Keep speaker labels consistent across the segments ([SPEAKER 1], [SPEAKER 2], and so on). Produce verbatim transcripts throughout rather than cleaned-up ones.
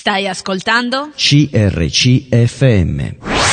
[SPEAKER 1] Stai ascoltando
[SPEAKER 2] C R C F M.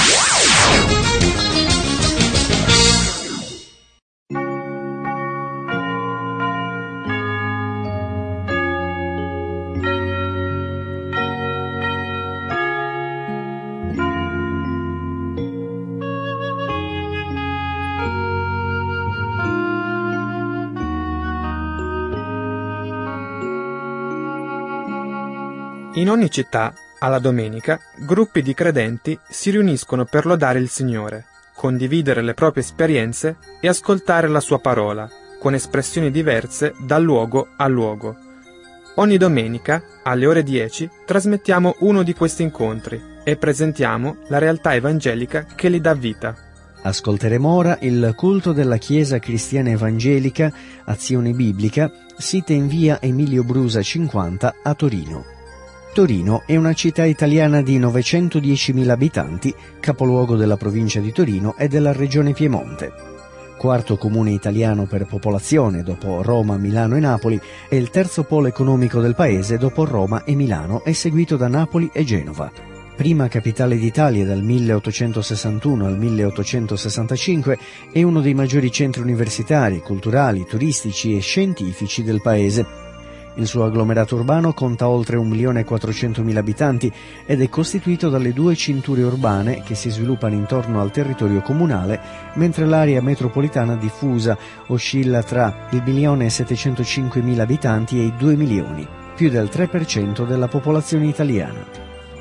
[SPEAKER 3] In ogni città, alla domenica, gruppi di credenti si riuniscono per lodare il Signore, condividere le proprie esperienze e ascoltare la Sua parola, con espressioni diverse da luogo a luogo. Ogni domenica, alle ore dieci, trasmettiamo uno di questi incontri e presentiamo la realtà evangelica che li dà vita.
[SPEAKER 2] Ascolteremo ora il culto della Chiesa Cristiana Evangelica Azione Biblica, sita in via Emilio Brusa cinquanta a Torino. Torino è una città italiana di novecentodiecimila abitanti, capoluogo della provincia di Torino e della regione Piemonte. Quarto comune italiano per popolazione dopo Roma, Milano e Napoli, è il terzo polo economico del paese dopo Roma e Milano e seguito da Napoli e Genova. Prima capitale d'Italia dal milleottocentosessantuno al milleottocentosessantacinque, è uno dei maggiori centri universitari, culturali, turistici e scientifici del paese. Il suo agglomerato urbano conta oltre un milione e quattrocentomila abitanti ed è costituito dalle due cinture urbane che si sviluppano intorno al territorio comunale, mentre l'area metropolitana diffusa oscilla tra il milione e settecentocinquemila abitanti e i due milioni, più del tre per cento della popolazione italiana.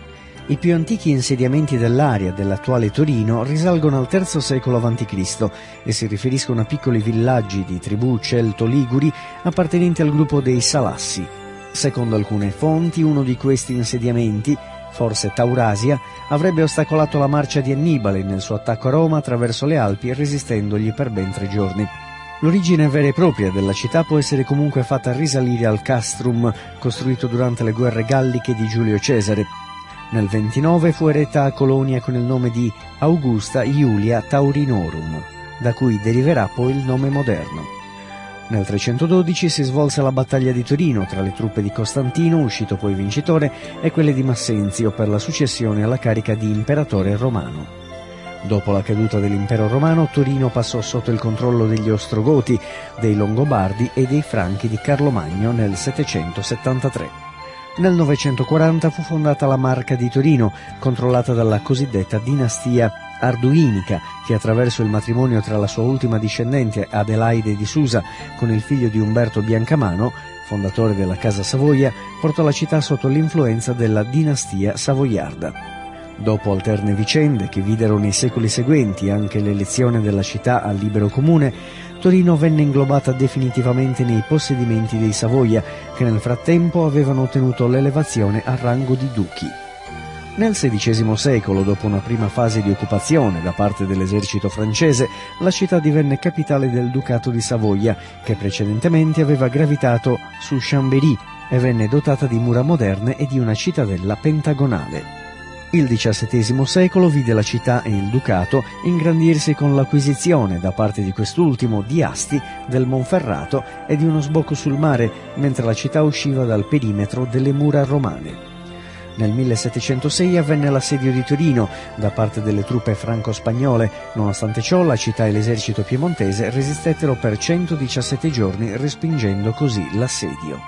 [SPEAKER 2] I più antichi insediamenti dell'area dell'attuale Torino risalgono al terzo secolo avanti Cristo e si riferiscono a piccoli villaggi di tribù celto-liguri appartenenti al gruppo dei Salassi. Secondo alcune fonti, uno di questi insediamenti, forse Taurasia, avrebbe ostacolato la marcia di Annibale nel suo attacco a Roma attraverso le Alpi, resistendogli per ben tre giorni. L'origine vera e propria della città può essere comunque fatta risalire al castrum costruito durante le guerre galliche di Giulio Cesare. Nel ventinove fu eretta a Colonia con il nome di Augusta Iulia Taurinorum, da cui deriverà poi il nome moderno. Nel trecentododici si svolse la battaglia di Torino tra le truppe di Costantino, uscito poi vincitore, e quelle di Massenzio per la successione alla carica di imperatore romano. Dopo la caduta dell'impero romano, Torino passò sotto il controllo degli Ostrogoti, dei Longobardi e dei Franchi di Carlo Magno nel settecentosettantatré. Nel novecentoquaranta fu fondata la Marca di Torino, controllata dalla cosiddetta dinastia arduinica, che attraverso il matrimonio tra la sua ultima discendente Adelaide di Susa con il figlio di Umberto Biancamano, fondatore della Casa Savoia, portò la città sotto l'influenza della dinastia savoiarda. Dopo alterne vicende che videro nei secoli seguenti anche l'elezione della città al libero comune, Torino venne inglobata definitivamente nei possedimenti dei Savoia, che nel frattempo avevano ottenuto l'elevazione al rango di duchi. Nel sedicesimo secolo, dopo una prima fase di occupazione da parte dell'esercito francese, la città divenne capitale del Ducato di Savoia, che precedentemente aveva gravitato su Chambéry e venne dotata di mura moderne e di una cittadella pentagonale. Il diciassettesimo secolo vide la città e il ducato ingrandirsi con l'acquisizione da parte di quest'ultimo di Asti, del Monferrato e di uno sbocco sul mare, mentre la città usciva dal perimetro delle mura romane. Nel millesettecentosei avvenne l'assedio di Torino da parte delle truppe franco-spagnole. Nonostante ciò, la città e l'esercito piemontese resistettero per centodiciassette giorni, respingendo così l'assedio.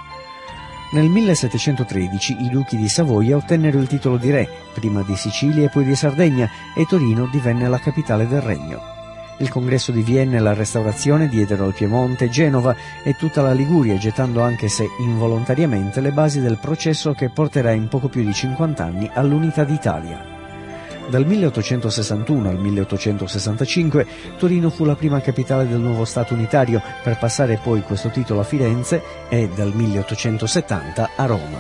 [SPEAKER 2] Nel millesettecentotredici i duchi di Savoia ottennero il titolo di re, prima di Sicilia e poi di Sardegna, e Torino divenne la capitale del regno. Il congresso di Vienna e la restaurazione diedero al Piemonte, Genova e tutta la Liguria, gettando anche se involontariamente le basi del processo che porterà in poco più di cinquanta anni all'unità d'Italia. Dal milleottocentosessantuno al milleottocentosessantacinque Torino fu la prima capitale del nuovo Stato unitario, per passare poi questo titolo a Firenze e dal milleottocentosettanta a Roma.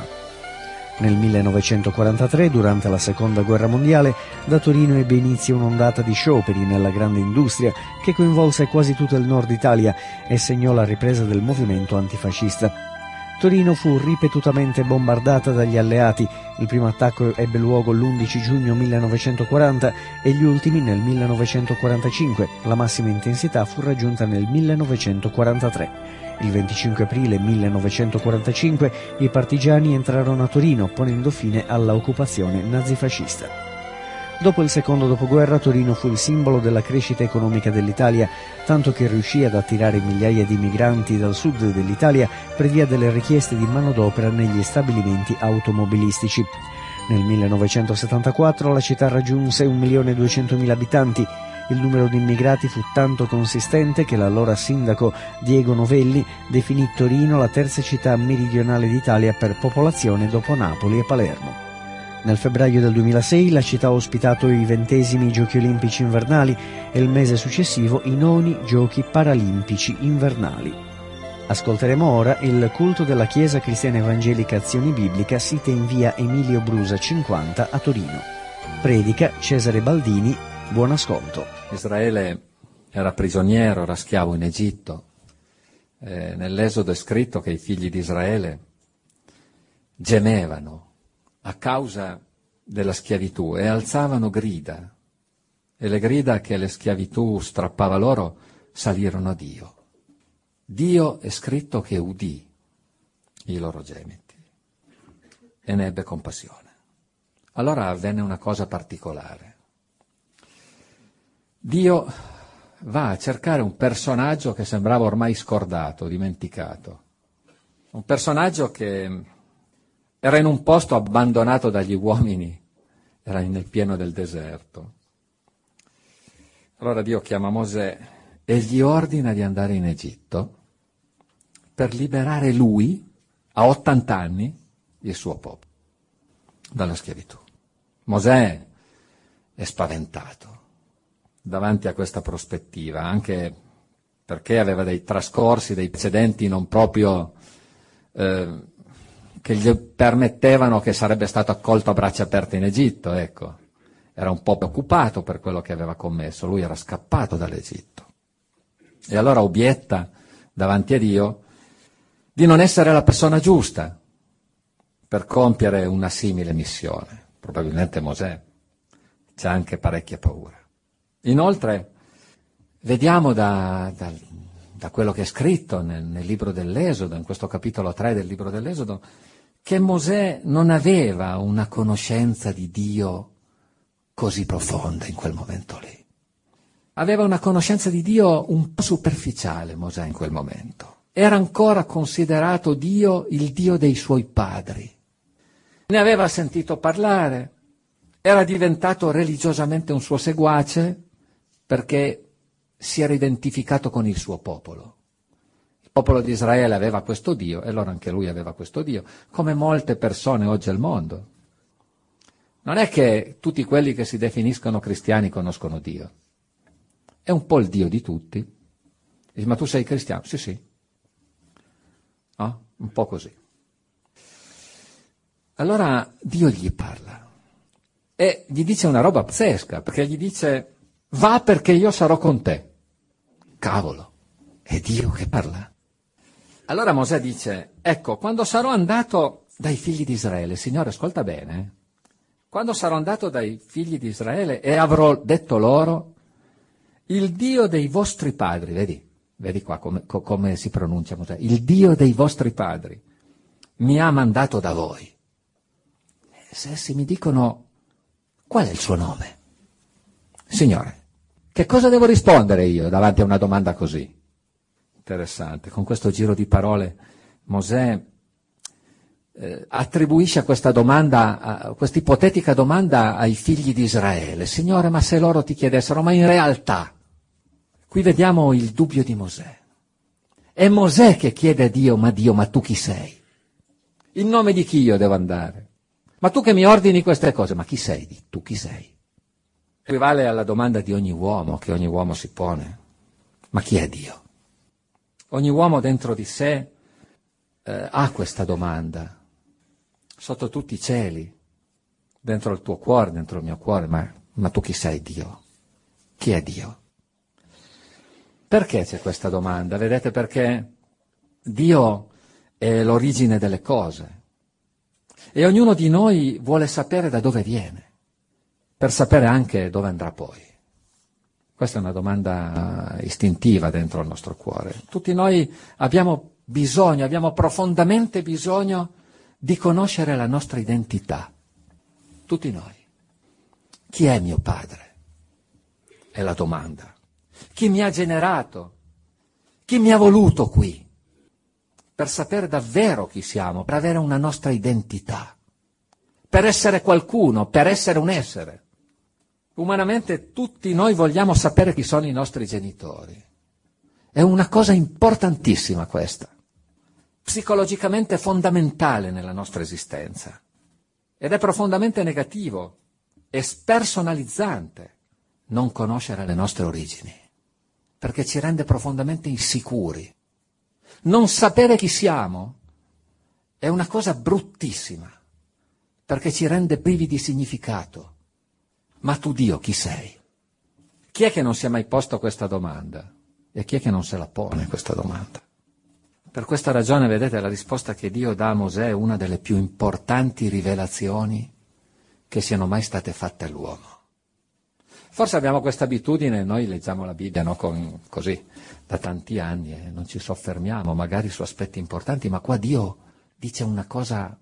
[SPEAKER 2] Nel millenovecentoquarantatré, durante la Seconda Guerra Mondiale, da Torino ebbe inizio un'ondata di scioperi nella grande industria che coinvolse quasi tutto il nord Italia e segnò la ripresa del movimento antifascista. Torino fu ripetutamente bombardata dagli alleati. Il primo attacco ebbe luogo l'undici giugno millenovecentoquaranta e gli ultimi nel millenovecentoquarantacinque. La massima intensità fu raggiunta nel millenovecentoquarantatré. Il venticinque aprile millenovecentoquarantacinque i partigiani entrarono a Torino, ponendo fine alla occupazione nazifascista. Dopo il secondo dopoguerra Torino fu il simbolo della crescita economica dell'Italia, tanto che riuscì ad attirare migliaia di migranti dal sud dell'Italia per via delle richieste di manodopera negli stabilimenti automobilistici. Nel millenovecentosettantaquattro la città raggiunse un milione e duecentomila abitanti. Il numero di immigrati fu tanto consistente che l'allora sindaco Diego Novelli definì Torino la terza città meridionale d'Italia per popolazione dopo Napoli e Palermo. Nel febbraio del duemilasei la città ha ospitato i ventesimi Giochi Olimpici invernali e il mese successivo i noni Giochi Paralimpici invernali. Ascolteremo ora il culto della Chiesa Cristiana Evangelica Azione Biblica, sita in via Emilio Brusa cinquanta a Torino. Predica Cesare Baldini. Buon ascolto.
[SPEAKER 1] Israele era prigioniero, era schiavo in Egitto. Eh, nell'Esodo è scritto che i figli di Israele gemevano a causa della schiavitù e alzavano grida, e le grida che le schiavitù strappava loro salirono a Dio. Dio è scritto che udì i loro gemiti e ne ebbe compassione. Allora avvenne una cosa particolare. Dio va a cercare un personaggio che sembrava ormai scordato, dimenticato, un personaggio che era in un posto abbandonato dagli uomini, era nel pieno del deserto. Allora Dio chiama Mosè e gli ordina di andare in Egitto per liberare lui, a ottanta anni, il suo popolo dalla schiavitù. Mosè è spaventato davanti a questa prospettiva, anche perché aveva dei trascorsi, dei precedenti non proprio eh, che gli permettevano che sarebbe stato accolto a braccia aperte in Egitto, ecco. Era un po' preoccupato per quello che aveva commesso, lui era scappato dall'Egitto. E allora obietta davanti a Dio di non essere la persona giusta per compiere una simile missione. Probabilmente Mosè c'ha anche parecchia paura. Inoltre, vediamo da, da, da quello che è scritto nel, nel libro dell'Esodo, in questo capitolo tre del libro dell'Esodo, che Mosè non aveva una conoscenza di Dio così profonda in quel momento lì. Aveva una conoscenza di Dio un po' superficiale, Mosè, in quel momento. Era ancora considerato Dio il Dio dei suoi padri. Ne aveva sentito parlare, era diventato religiosamente un suo seguace perché si era identificato con il suo popolo. Il popolo di Israele aveva questo Dio e allora anche lui aveva questo Dio, come molte persone oggi al mondo. Non è che tutti quelli che si definiscono cristiani conoscono Dio. È un po' il Dio di tutti. Dici, ma tu sei cristiano? Sì, sì. No? Un po' così. Allora Dio gli parla e gli dice una roba pazzesca, perché gli dice, va perché io sarò con te. Cavolo, è Dio che parla. Allora Mosè dice, ecco, quando sarò andato dai figli di Israele, Signore, ascolta bene, quando sarò andato dai figli di Israele e avrò detto loro, il Dio dei vostri padri, vedi, vedi qua come, co, come si pronuncia Mosè, il Dio dei vostri padri mi ha mandato da voi. E se essi mi dicono, qual è il suo nome? Signore, che cosa devo rispondere io davanti a una domanda così? Interessante, con questo giro di parole Mosè eh, attribuisce a questa domanda, a questa ipotetica domanda ai figli di Israele. Signore, ma se loro ti chiedessero, ma in realtà, qui vediamo il dubbio di Mosè. È Mosè che chiede a Dio, ma Dio, ma tu chi sei? In nome di chi io devo andare? Ma tu che mi ordini queste cose, ma chi sei? Tu chi sei? Equivale alla domanda di ogni uomo, che ogni uomo si pone. Ma chi è Dio? Ogni uomo dentro di sé eh, ha questa domanda, sotto tutti i cieli, dentro il tuo cuore, dentro il mio cuore, ma, ma tu chi sei Dio? Chi è Dio? Perché c'è questa domanda? Vedete, perché Dio è l'origine delle cose e ognuno di noi vuole sapere da dove viene, per sapere anche dove andrà poi. Questa è una domanda istintiva dentro il nostro cuore. Tutti noi abbiamo bisogno, abbiamo profondamente bisogno di conoscere la nostra identità. Tutti noi. Chi è mio padre? È la domanda. Chi mi ha generato? Chi mi ha voluto qui? Per sapere davvero chi siamo, per avere una nostra identità, per essere qualcuno, per essere un essere. Umanamente tutti noi vogliamo sapere chi sono i nostri genitori. È una cosa importantissima questa, psicologicamente fondamentale nella nostra esistenza. Ed è profondamente negativo e spersonalizzante non conoscere le nostre origini, perché ci rende profondamente insicuri. Non sapere chi siamo è una cosa bruttissima, perché ci rende privi di significato. Ma tu, Dio, chi sei? Chi è che non si è mai posto questa domanda? E chi è che non se la pone questa domanda? Per questa ragione, vedete, la risposta che Dio dà a Mosè è una delle più importanti rivelazioni che siano mai state fatte all'uomo. Forse abbiamo questa abitudine, noi leggiamo la Bibbia, no, con, così, da tanti anni e non ci soffermiamo magari su aspetti importanti, ma qua Dio dice una cosa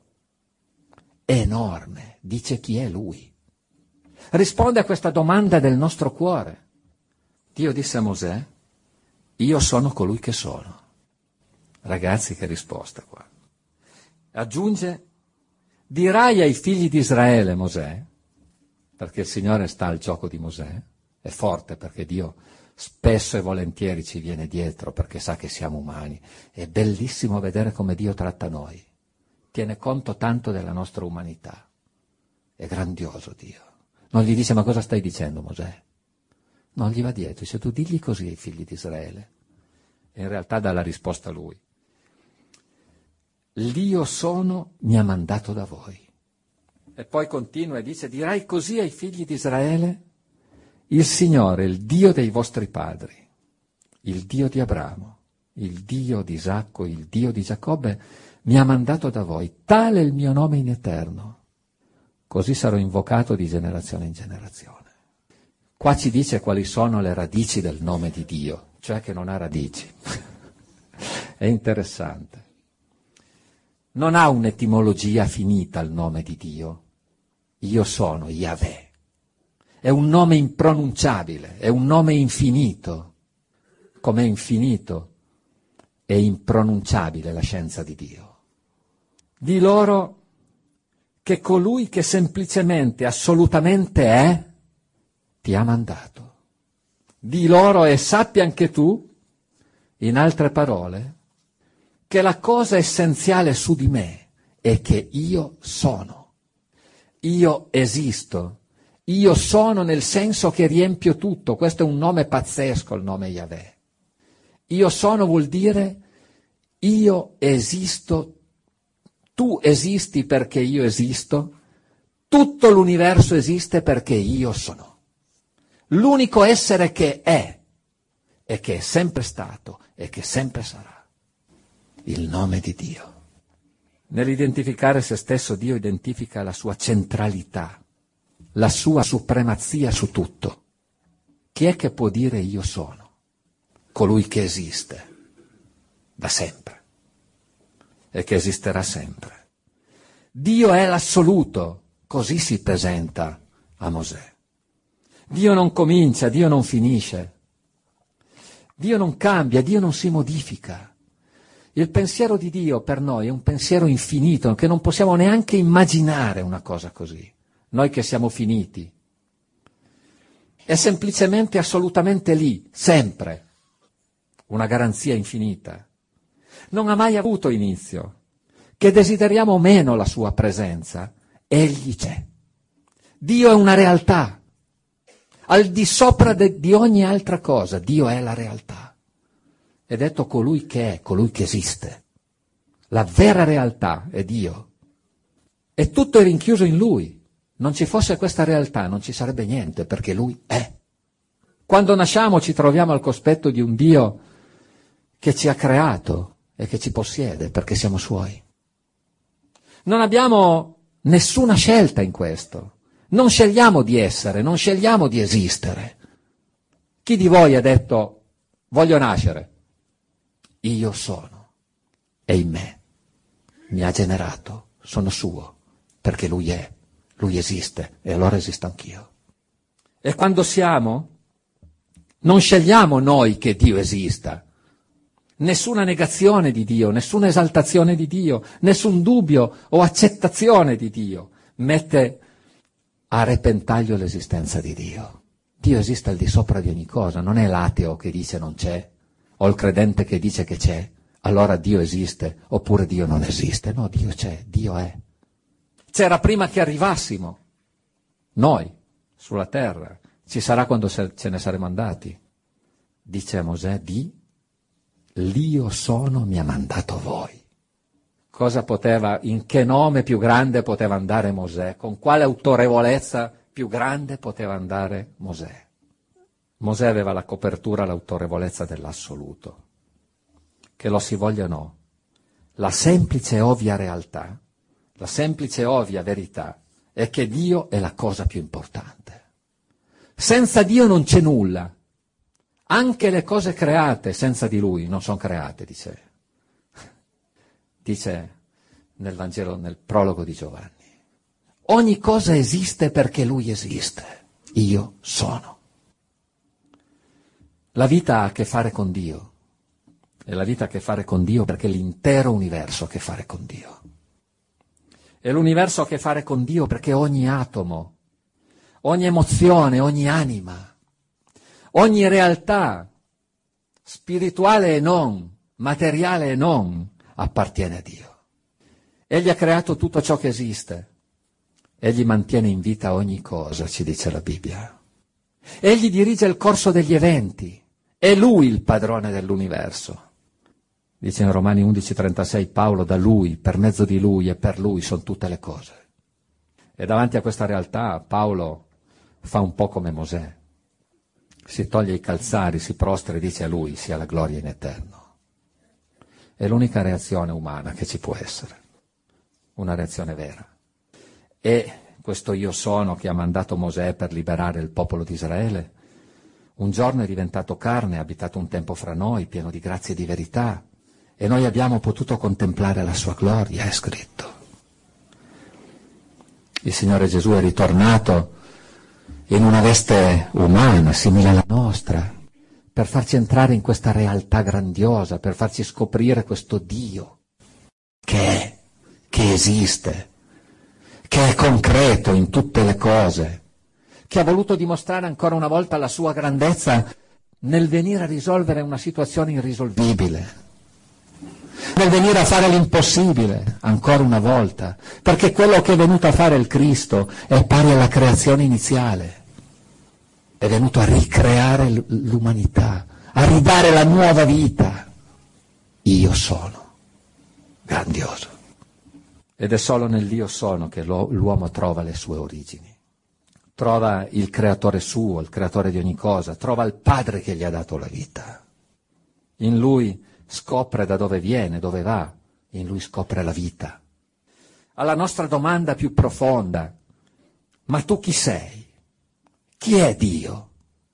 [SPEAKER 1] enorme, dice chi è Lui. Risponde a questa domanda del nostro cuore. Dio disse a Mosè, io sono colui che sono. Ragazzi, che risposta qua. Aggiunge, dirai ai figli di Israele, Mosè, perché il Signore sta al gioco di Mosè, è forte perché Dio spesso e volentieri ci viene dietro perché sa che siamo umani. È bellissimo vedere come Dio tratta noi, tiene conto tanto della nostra umanità. È grandioso Dio. Non gli dice, ma cosa stai dicendo, Mosè? Non gli va dietro, dice, tu digli così ai figli di Israele. E in realtà dà la risposta a lui. L'Io sono mi ha mandato da voi. E poi continua e dice, dirai così ai figli di Israele, il Signore, il Dio dei vostri padri, il Dio di Abramo, il Dio di Isacco, il Dio di Giacobbe, mi ha mandato da voi, tale è il mio nome in eterno, così sarò invocato di generazione in generazione. Qua ci dice quali sono le radici del nome di Dio, cioè che non ha radici. È interessante. Non ha un'etimologia finita il nome di Dio. Io sono Yahweh. È un nome impronunciabile, è un nome infinito. Com'è infinito e impronunciabile la scienza di Dio. Di loro che colui che semplicemente, assolutamente è, ti ha mandato. Di loro e sappi anche tu, in altre parole, che la cosa essenziale su di me è che io sono. Io esisto. Io sono nel senso che riempio tutto. Questo è un nome pazzesco, il nome Yahweh. Io sono vuol dire io esisto, tu esisti perché io esisto, tutto l'universo esiste perché io sono. L'unico essere che è, e che è sempre stato, e che sempre sarà. Il nome di Dio. Nell'identificare se stesso, Dio identifica la sua centralità, la sua supremazia su tutto. Chi è che può dire io sono? Colui che esiste da sempre e che esisterà sempre. Dio è l'assoluto, così si presenta a Mosè. Dio non comincia, Dio non finisce, Dio non cambia, Dio non si modifica. Il pensiero di Dio per noi è un pensiero infinito, che non possiamo neanche immaginare una cosa così, noi che siamo finiti. È semplicemente assolutamente lì, sempre, una garanzia infinita. Non ha mai avuto inizio, che desideriamo meno la sua presenza, egli c'è. Dio è una realtà, al di sopra de, di ogni altra cosa, Dio è la realtà. È detto colui che è, colui che esiste. La vera realtà è Dio. E tutto è rinchiuso in Lui. Non ci fosse questa realtà, non ci sarebbe niente, perché Lui è. Quando nasciamo ci troviamo al cospetto di un Dio che ci ha creato e che ci possiede, perché siamo Suoi. Non abbiamo nessuna scelta in questo. Non scegliamo di essere, non scegliamo di esistere. Chi di voi ha detto, voglio nascere? Io sono, è in me, mi ha generato, sono suo, perché lui è, lui esiste, e allora esisto anch'io. E quando siamo, non scegliamo noi che Dio esista. Nessuna negazione di Dio, nessuna esaltazione di Dio, nessun dubbio o accettazione di Dio mette a repentaglio l'esistenza di Dio. Dio esiste al di sopra di ogni cosa, non è l'ateo che dice non c'è, o il credente che dice che c'è, allora Dio esiste, oppure Dio non esiste. No, Dio c'è, Dio è. C'era prima che arrivassimo, noi, sulla terra, ci sarà quando ce ne saremo andati. Dice a Mosè, di l'Io sono mi ha mandato voi. Cosa poteva, in che nome più grande poteva andare Mosè? Con quale autorevolezza più grande poteva andare Mosè? Mosè aveva la copertura, l'autorevolezza dell'assoluto. Che lo si voglia o no, la semplice e ovvia realtà, la semplice e ovvia verità è che Dio è la cosa più importante. Senza Dio non c'è nulla. Anche le cose create senza di Lui non sono create, dice. Dice nel Vangelo, nel prologo di Giovanni. Ogni cosa esiste perché Lui esiste. Io sono. La vita ha a che fare con Dio. E la vita ha a che fare con Dio perché l'intero universo ha a che fare con Dio. E l'universo ha a che fare con Dio perché ogni atomo, ogni emozione, ogni anima, ogni realtà, spirituale e non, materiale e non, appartiene a Dio. Egli ha creato tutto ciò che esiste. Egli mantiene in vita ogni cosa, ci dice la Bibbia. Egli dirige il corso degli eventi. È Lui il padrone dell'universo. Dice in Romani undici trentasei Paolo, da Lui, per mezzo di Lui e per Lui sono tutte le cose. E davanti a questa realtà Paolo fa un po' come Mosè. Si toglie i calzari, si prostra e dice a Lui sia la gloria in eterno. È l'unica reazione umana che ci può essere, una reazione vera. E questo io sono che ha mandato Mosè per liberare il popolo di Israele, un giorno è diventato carne, ha abitato un tempo fra noi, pieno di grazia e di verità, e noi abbiamo potuto contemplare la sua gloria, è scritto. Il Signore Gesù è ritornato in una veste umana, simile alla nostra, per farci entrare in questa realtà grandiosa, per farci scoprire questo Dio che è, che esiste, che è concreto in tutte le cose, che ha voluto dimostrare ancora una volta la sua grandezza nel venire a risolvere una situazione irrisolvibile, nel venire a fare l'impossibile, ancora una volta, perché quello che è venuto a fare il Cristo è pari alla creazione iniziale. È venuto a ricreare l'umanità, a ridare la nuova vita. Io sono. Grandioso. Ed è solo nell'Io sono che l'uomo trova le sue origini. Trova il creatore suo, il creatore di ogni cosa, trova il Padre che gli ha dato la vita. In Lui scopre da dove viene, dove va, in Lui scopre la vita. Alla nostra domanda più profonda, ma tu chi sei? Chi è Dio?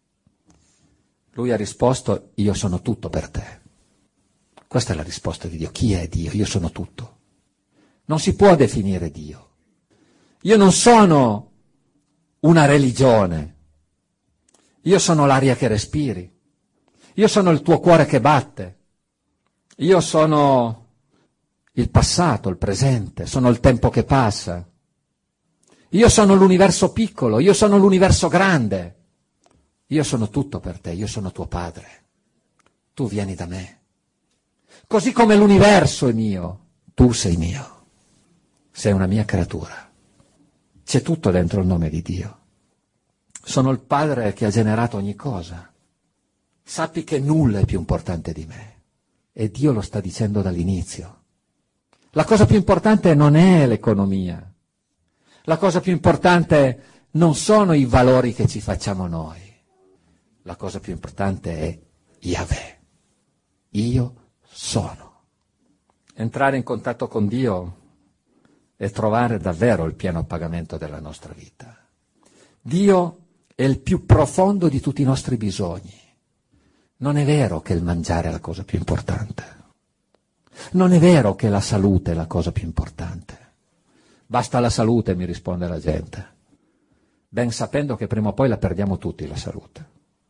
[SPEAKER 1] Lui ha risposto, io sono tutto per te. Questa è la risposta di Dio. Chi è Dio? Io sono tutto. Non si può definire Dio. Io non sono una religione. Io sono l'aria che respiri. Io sono il tuo cuore che batte. Io sono il passato, il presente, sono il tempo che passa. Io sono l'universo piccolo, io sono l'universo grande. Io sono tutto per te, io sono tuo padre. Tu vieni da me. Così come l'universo è mio, tu sei mio. Sei una mia creatura. C'è tutto dentro il nome di Dio. Sono il Padre che ha generato ogni cosa. Sappi che nulla è più importante di me. E Dio lo sta dicendo dall'inizio. La cosa più importante non è l'economia. La cosa più importante non sono i valori che ci facciamo noi. La cosa più importante è Yahweh. Io sono. Entrare in contatto con Dio e trovare davvero il pieno pagamento della nostra vita. Dio è il più profondo di tutti i nostri bisogni. Non è vero che il mangiare è la cosa più importante. Non è vero che la salute è la cosa più importante. Basta la salute, mi risponde la gente, ben sapendo che prima o poi la perdiamo tutti la salute.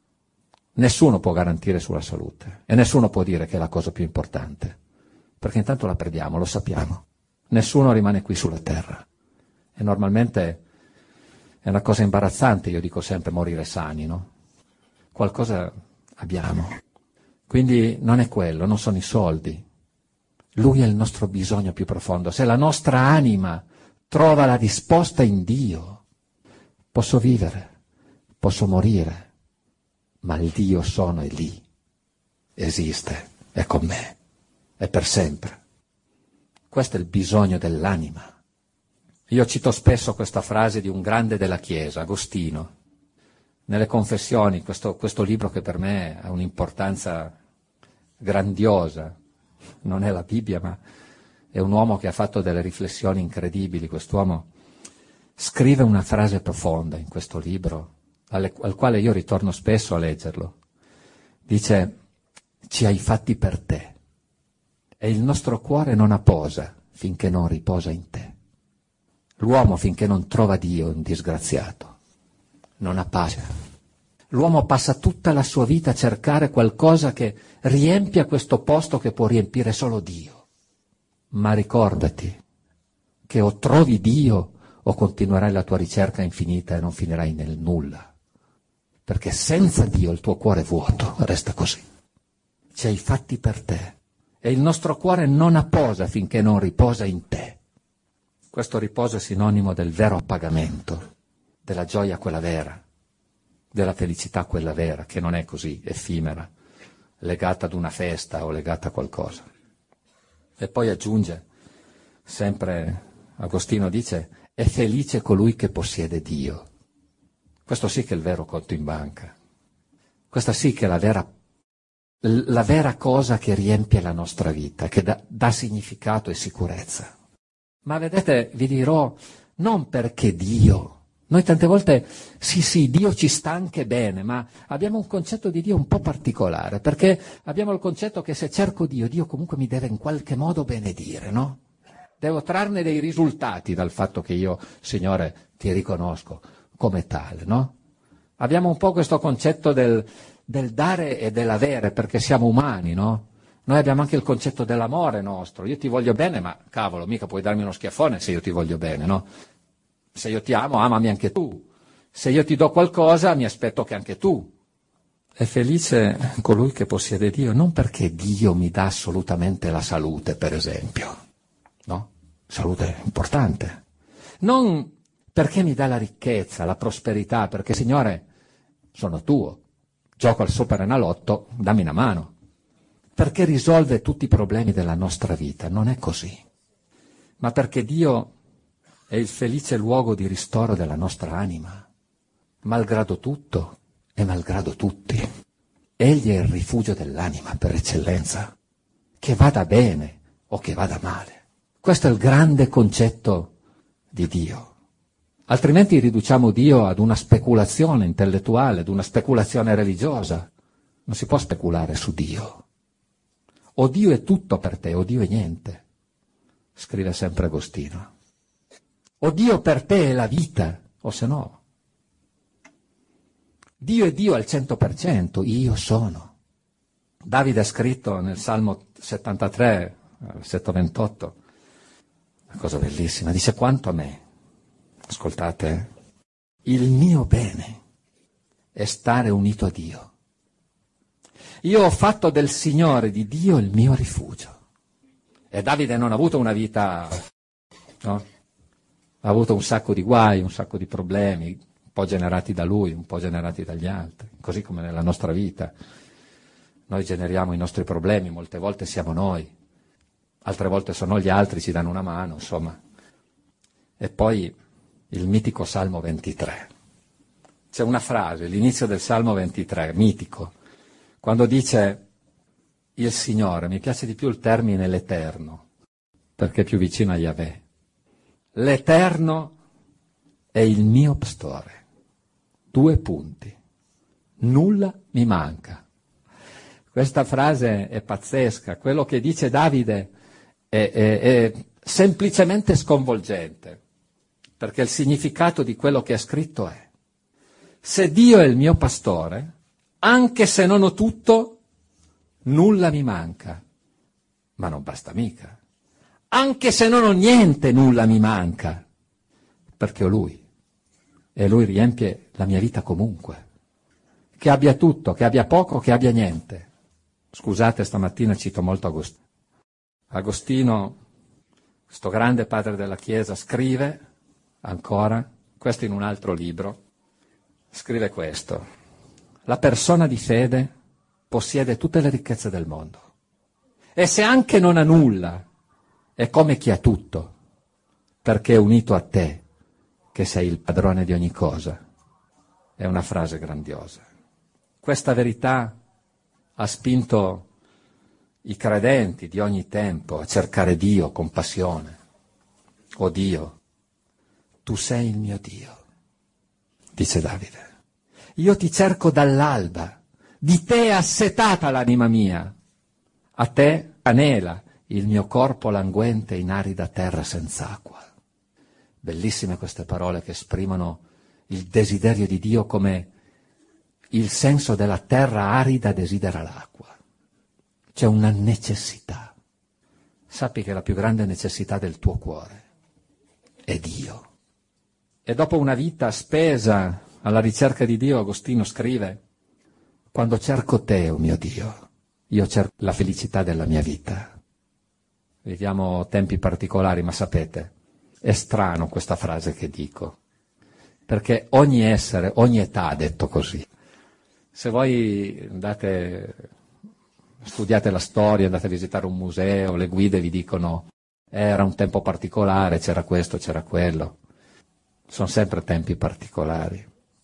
[SPEAKER 1] Nessuno può garantire sulla salute e nessuno può dire che è la cosa più importante, perché intanto la perdiamo, lo sappiamo. Nessuno rimane qui sulla terra e normalmente è una cosa imbarazzante, io dico sempre, morire sani, no? Qualcosa abbiamo. Quindi non è quello, non sono i soldi. Lui è il nostro bisogno più profondo. Se la nostra anima trova la risposta in Dio, posso vivere, posso morire, ma il Dio sono è lì, esiste, è con me, è per sempre. Questo è il bisogno dell'anima. Io cito spesso questa frase di un grande della Chiesa, Agostino, nelle Confessioni, questo, questo libro che per me ha un'importanza grandiosa. Non è la Bibbia, ma è un uomo che ha fatto delle riflessioni incredibili. Quest'uomo scrive una frase profonda in questo libro, alle, al quale io ritorno spesso a leggerlo. Dice: ci hai fatti per te, e il nostro cuore non apposa finché non riposa in te. L'uomo finché non trova Dio è un disgraziato, non ha pace. L'uomo passa tutta la sua vita a cercare qualcosa che riempia questo posto che può riempire solo Dio. Ma ricordati che o trovi Dio o continuerai la tua ricerca infinita e non finirai nel nulla. Perché senza Dio il tuo cuore è vuoto, resta così. Ci hai fatti per te e il nostro cuore non apposa finché non riposa in te. Questo riposo è sinonimo del vero appagamento, della gioia quella vera, della felicità quella vera, che non è così effimera, legata ad una festa o legata a qualcosa. E poi aggiunge, sempre Agostino dice, è felice colui che possiede Dio. Questo sì che è il vero conto in banca. Questa sì che è la vera, la vera cosa che riempie la nostra vita, che dà, dà significato e sicurezza. Ma vedete, vi dirò, non perché Dio. Noi tante volte, sì sì, Dio ci sta anche bene, ma abbiamo un concetto di Dio un po' particolare, perché abbiamo il concetto che se cerco Dio, Dio comunque mi deve in qualche modo benedire, no? Devo trarne dei risultati dal fatto che io, Signore, ti riconosco come tale, no? Abbiamo un po' questo concetto del, del dare e dell'avere, perché siamo umani, no? Noi abbiamo anche il concetto dell'amore nostro. Io ti voglio bene, ma cavolo, mica puoi darmi uno schiaffone se io ti voglio bene, no? Se io ti amo, amami anche tu. Se io ti do qualcosa, mi aspetto che anche tu. È felice colui che possiede Dio, non perché Dio mi dà assolutamente la salute, per esempio, no? Salute è importante. Non perché mi dà la ricchezza, la prosperità, perché, Signore, sono tuo. Gioco al Superenalotto, dammi una mano. Perché risolve tutti i problemi della nostra vita, non è così. Ma perché Dio è il felice luogo di ristoro della nostra anima, malgrado tutto e malgrado tutti. Egli è il rifugio dell'anima per eccellenza, che vada bene o che vada male. Questo è il grande concetto di Dio. Altrimenti riduciamo Dio ad una speculazione intellettuale, ad una speculazione religiosa. Non si può speculare su Dio. O Dio è tutto per te, o Dio è niente, scrive sempre Agostino. O Dio per te è la vita, o se no. Dio è Dio al cento per cento, io sono. Davide ha scritto nel Salmo settantatré, versetto ventotto, una cosa bellissima, dice: quanto a me, ascoltate, il mio bene è stare unito a Dio. Io ho fatto del Signore, di Dio, il mio rifugio. E Davide non ha avuto una vita, no? Ha avuto un sacco di guai, un sacco di problemi, un po' generati da lui, un po' generati dagli altri, così come nella nostra vita. Noi generiamo i nostri problemi, molte volte siamo noi, altre volte sono gli altri, ci danno una mano, insomma. E poi il mitico Salmo ventitré. C'è una frase, l'inizio del Salmo ventitré, mitico, quando dice il Signore, mi piace di più il termine l'Eterno, perché è più vicino a Yahweh. L'Eterno è il mio pastore, due punti. Nulla mi manca. Questa frase è pazzesca. Quello che dice Davide è, è, è semplicemente sconvolgente, perché il significato di quello che ha scritto è: se Dio è il mio pastore, anche se non ho tutto, nulla mi manca. Ma non basta mica. Anche se non ho niente, nulla mi manca, perché ho Lui. E Lui riempie la mia vita comunque. Che abbia tutto, che abbia poco, che abbia niente. Scusate, stamattina cito molto Agostino. Agostino, questo grande padre della Chiesa, scrive ancora, questo in un altro libro, scrive questo: la persona di fede possiede tutte le ricchezze del mondo, e se anche non ha nulla, è come chi ha tutto, perché è unito a te, che sei il padrone di ogni cosa. È una frase grandiosa. Questa verità ha spinto i credenti di ogni tempo a cercare Dio con passione. O Dio, tu sei il mio Dio, dice Davide. Io ti cerco dall'alba, di te è assetata l'anima mia. A te anela il mio corpo languente in arida terra senza acqua. Bellissime queste parole che esprimono il desiderio di Dio come il senso della terra arida desidera l'acqua. C'è una necessità. Sappi che la più grande necessità del tuo cuore è Dio. E dopo una vita spesa alla ricerca di Dio, Agostino scrive: quando cerco te, o oh mio Dio, io cerco la felicità della mia vita. Viviamo tempi particolari, ma sapete, è strano questa frase che dico, perché ogni essere, ogni età ha detto così. Se voi andate, studiate la storia, andate a visitare un museo, le guide vi dicono era un tempo particolare, c'era questo, c'era quello. Sono sempre tempi particolari.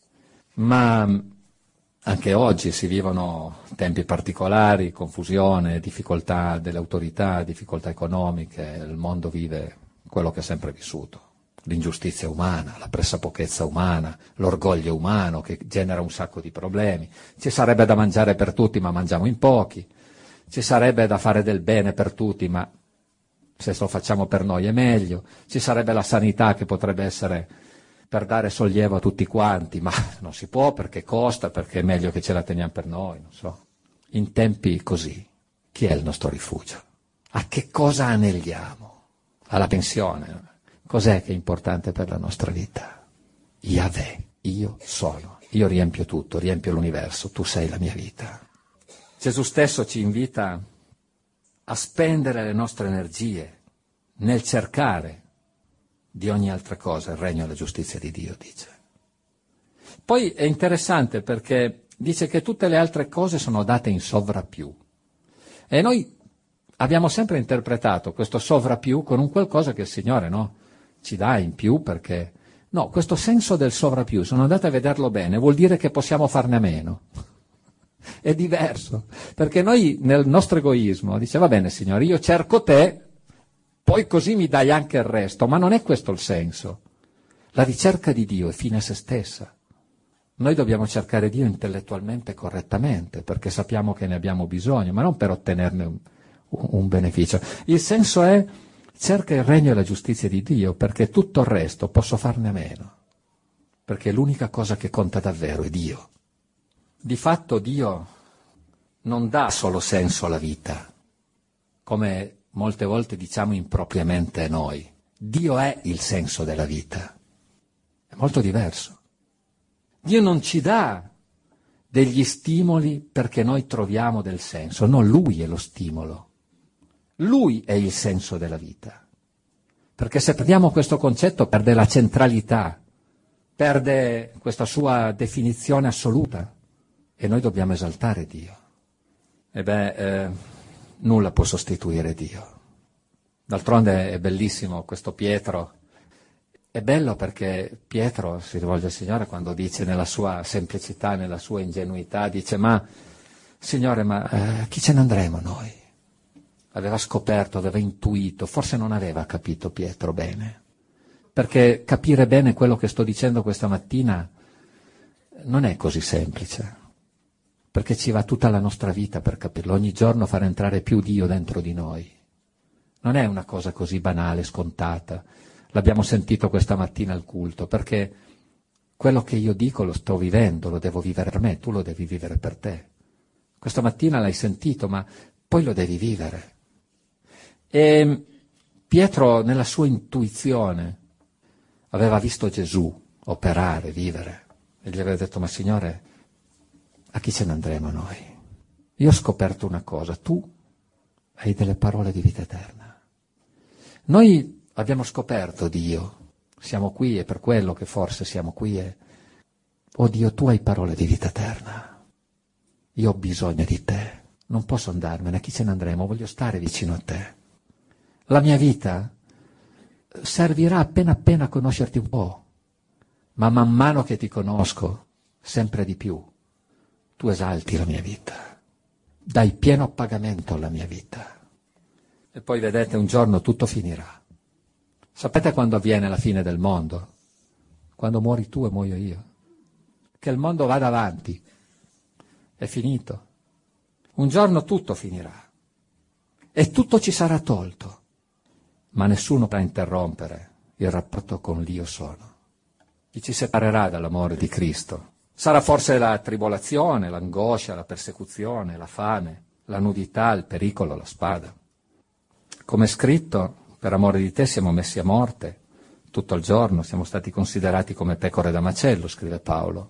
[SPEAKER 1] Ma anche oggi si vivono tempi particolari, confusione, difficoltà delle autorità, difficoltà economiche, il mondo vive quello che ha sempre vissuto. L'ingiustizia umana, la pressapochezza umana, l'orgoglio umano che genera un sacco di problemi. Ci sarebbe da mangiare per tutti, ma mangiamo in pochi. Ci sarebbe da fare del bene per tutti, ma se lo facciamo per noi è meglio. Ci sarebbe la sanità che potrebbe essere per dare sollievo a tutti quanti, ma non si può perché costa, perché è meglio che ce la teniamo per noi, non so. In tempi così, chi è il nostro rifugio? A che cosa anelliamo? Alla pensione? Cos'è che è importante per la nostra vita? Yahweh, io sono, io riempio tutto, riempio l'universo, tu sei la mia vita. Gesù stesso ci invita a spendere le nostre energie nel cercare di ogni altra cosa il regno e la giustizia di Dio, dice. Poi è interessante perché dice che tutte le altre cose sono date in sovrappiù. E noi abbiamo sempre interpretato questo sovrappiù con un qualcosa che il Signore, no, ci dà in più, perché no, questo senso del sovrappiù, sono andato a vederlo bene, vuol dire che possiamo farne a meno. È diverso, perché noi nel nostro egoismo dice va bene Signore, io cerco te, poi così mi dai anche il resto, ma non è questo il senso. La ricerca di Dio è fine a se stessa. Noi dobbiamo cercare Dio intellettualmente correttamente, perché sappiamo che ne abbiamo bisogno, ma non per ottenerne un, un beneficio. Il senso è cerca il regno e la giustizia di Dio, perché tutto il resto posso farne a meno, perché l'unica cosa che conta davvero è Dio. Di fatto Dio non dà solo senso alla vita, come molte volte diciamo impropriamente noi. Dio è il senso della vita. È molto diverso. Dio non ci dà degli stimoli perché noi troviamo del senso, no, Lui è lo stimolo. Lui è il senso della vita. Perché se perdiamo questo concetto perde la centralità, perde questa sua definizione assoluta e noi dobbiamo esaltare Dio. E beh, eh, nulla può sostituire Dio. D'altronde è bellissimo questo Pietro. È bello perché Pietro si rivolge al Signore quando dice nella sua semplicità, nella sua ingenuità, dice ma Signore, ma eh, chi ce ne andremo noi? Aveva scoperto, aveva intuito, forse non aveva capito Pietro bene, perché capire bene quello che sto dicendo questa mattina non è così semplice, perché ci va tutta la nostra vita per capirlo, ogni giorno far entrare più Dio dentro di noi. Non è una cosa così banale, scontata. L'abbiamo sentito questa mattina al culto, perché quello che io dico lo sto vivendo, lo devo vivere per me, tu lo devi vivere per te. Questa mattina l'hai sentito, ma poi lo devi vivere. E Pietro, nella sua intuizione, aveva visto Gesù operare, vivere, e gli aveva detto: ma Signore, a chi ce ne andremo noi? Io ho scoperto una cosa, tu hai delle parole di vita eterna. Noi abbiamo scoperto Dio, siamo qui, e per quello che forse siamo qui è: oh Dio, tu hai parole di vita eterna, io ho bisogno di te, non posso andarmene, a chi ce ne andremo? Voglio stare vicino a te. La mia vita servirà appena appena a conoscerti un po', ma man mano che ti conosco sempre di più, tu esalti la mia vita, dai pieno pagamento alla mia vita. E poi vedete, un giorno tutto finirà. Sapete quando avviene la fine del mondo? Quando muori tu e muoio io. Che il mondo vada avanti. È finito. Un giorno tutto finirà. E tutto ci sarà tolto. Ma nessuno potrà interrompere il rapporto con l'Io sono. Chi ci separerà dall'amore di Cristo? Sarà forse la tribolazione, l'angoscia, la persecuzione, la fame, la nudità, il pericolo, la spada. Come è scritto, per amore di te siamo messi a morte tutto il giorno, siamo stati considerati come pecore da macello, scrive Paolo.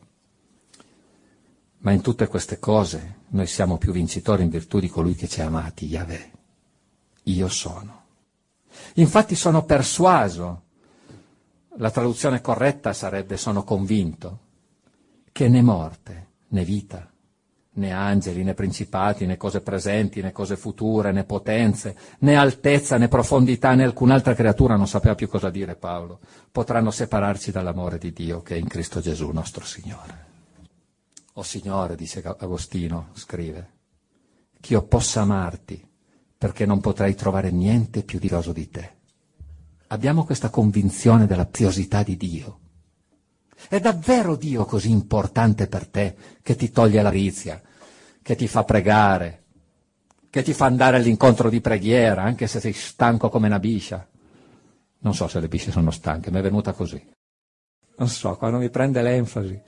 [SPEAKER 1] Ma in tutte queste cose noi siamo più vincitori in virtù di colui che ci ha amati, Yahweh. Io sono. Infatti sono persuaso, la traduzione corretta sarebbe sono convinto, che né morte, né vita, né angeli, né principati, né cose presenti, né cose future, né potenze, né altezza, né profondità, né alcun'altra creatura, non sapeva più cosa dire Paolo, potranno separarci dall'amore di Dio che è in Cristo Gesù nostro Signore. O Signore, dice Agostino, scrive, ch'io possa amarti, perché non potrei trovare niente più divioso di te. Abbiamo questa convinzione della preziosità di Dio. È davvero Dio così importante per te che ti toglie l'arizia, che ti fa pregare, che ti fa andare all'incontro di preghiera, anche se sei stanco come una biscia? Non so se le bisce sono stanche, mi è venuta così. Non so, quando mi prende l'enfasi.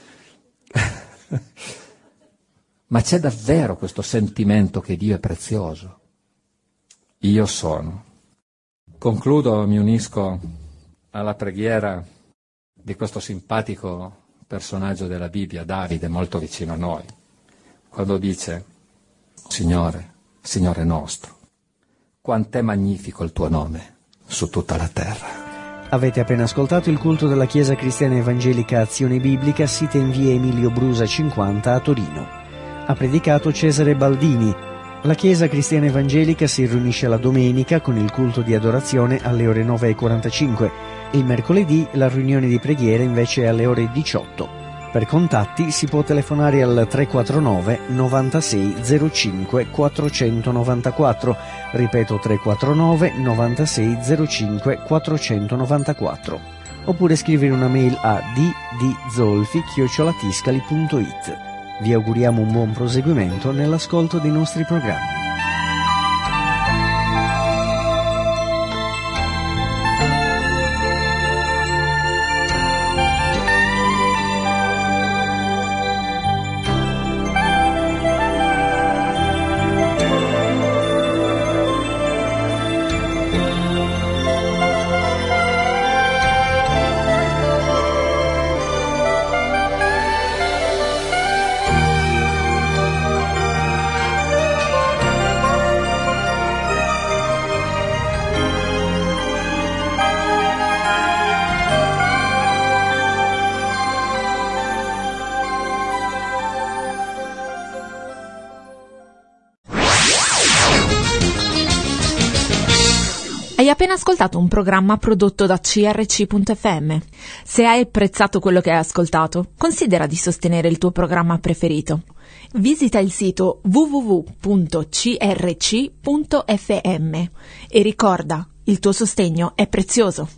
[SPEAKER 1] Ma c'è davvero questo sentimento che Dio è prezioso. Io sono. Concludo, mi unisco alla preghiera di questo simpatico personaggio della Bibbia, Davide, molto vicino a noi, quando dice: Signore, Signore nostro, quant'è magnifico il tuo nome su tutta la terra.
[SPEAKER 2] Avete appena ascoltato il culto della Chiesa Cristiana Evangelica Azione Biblica, sita in via Emilio Brusa cinquanta a Torino. Ha predicato Cesare Baldini. La Chiesa Cristiana Evangelica si riunisce la domenica con il culto di adorazione alle ore nove e quarantacinque. Il mercoledì la riunione di preghiera invece è alle ore diciotto. Per contatti si può telefonare al tre quattro nove novantasei zero cinque quattrocentonovantaquattro, ripeto tre quattro nove novantasei zero cinque quattrocentonovantaquattro, oppure scrivere una mail a d d zolfi chiocciola tiscali punto it. Vi auguriamo un buon proseguimento nell'ascolto dei nostri programmi.
[SPEAKER 4] Hai appena ascoltato un programma prodotto da C R C punto F M. Se hai apprezzato quello che hai ascoltato, considera di sostenere il tuo programma preferito. Visita il sito w w w punto c r c punto f m e ricorda, il tuo sostegno è prezioso.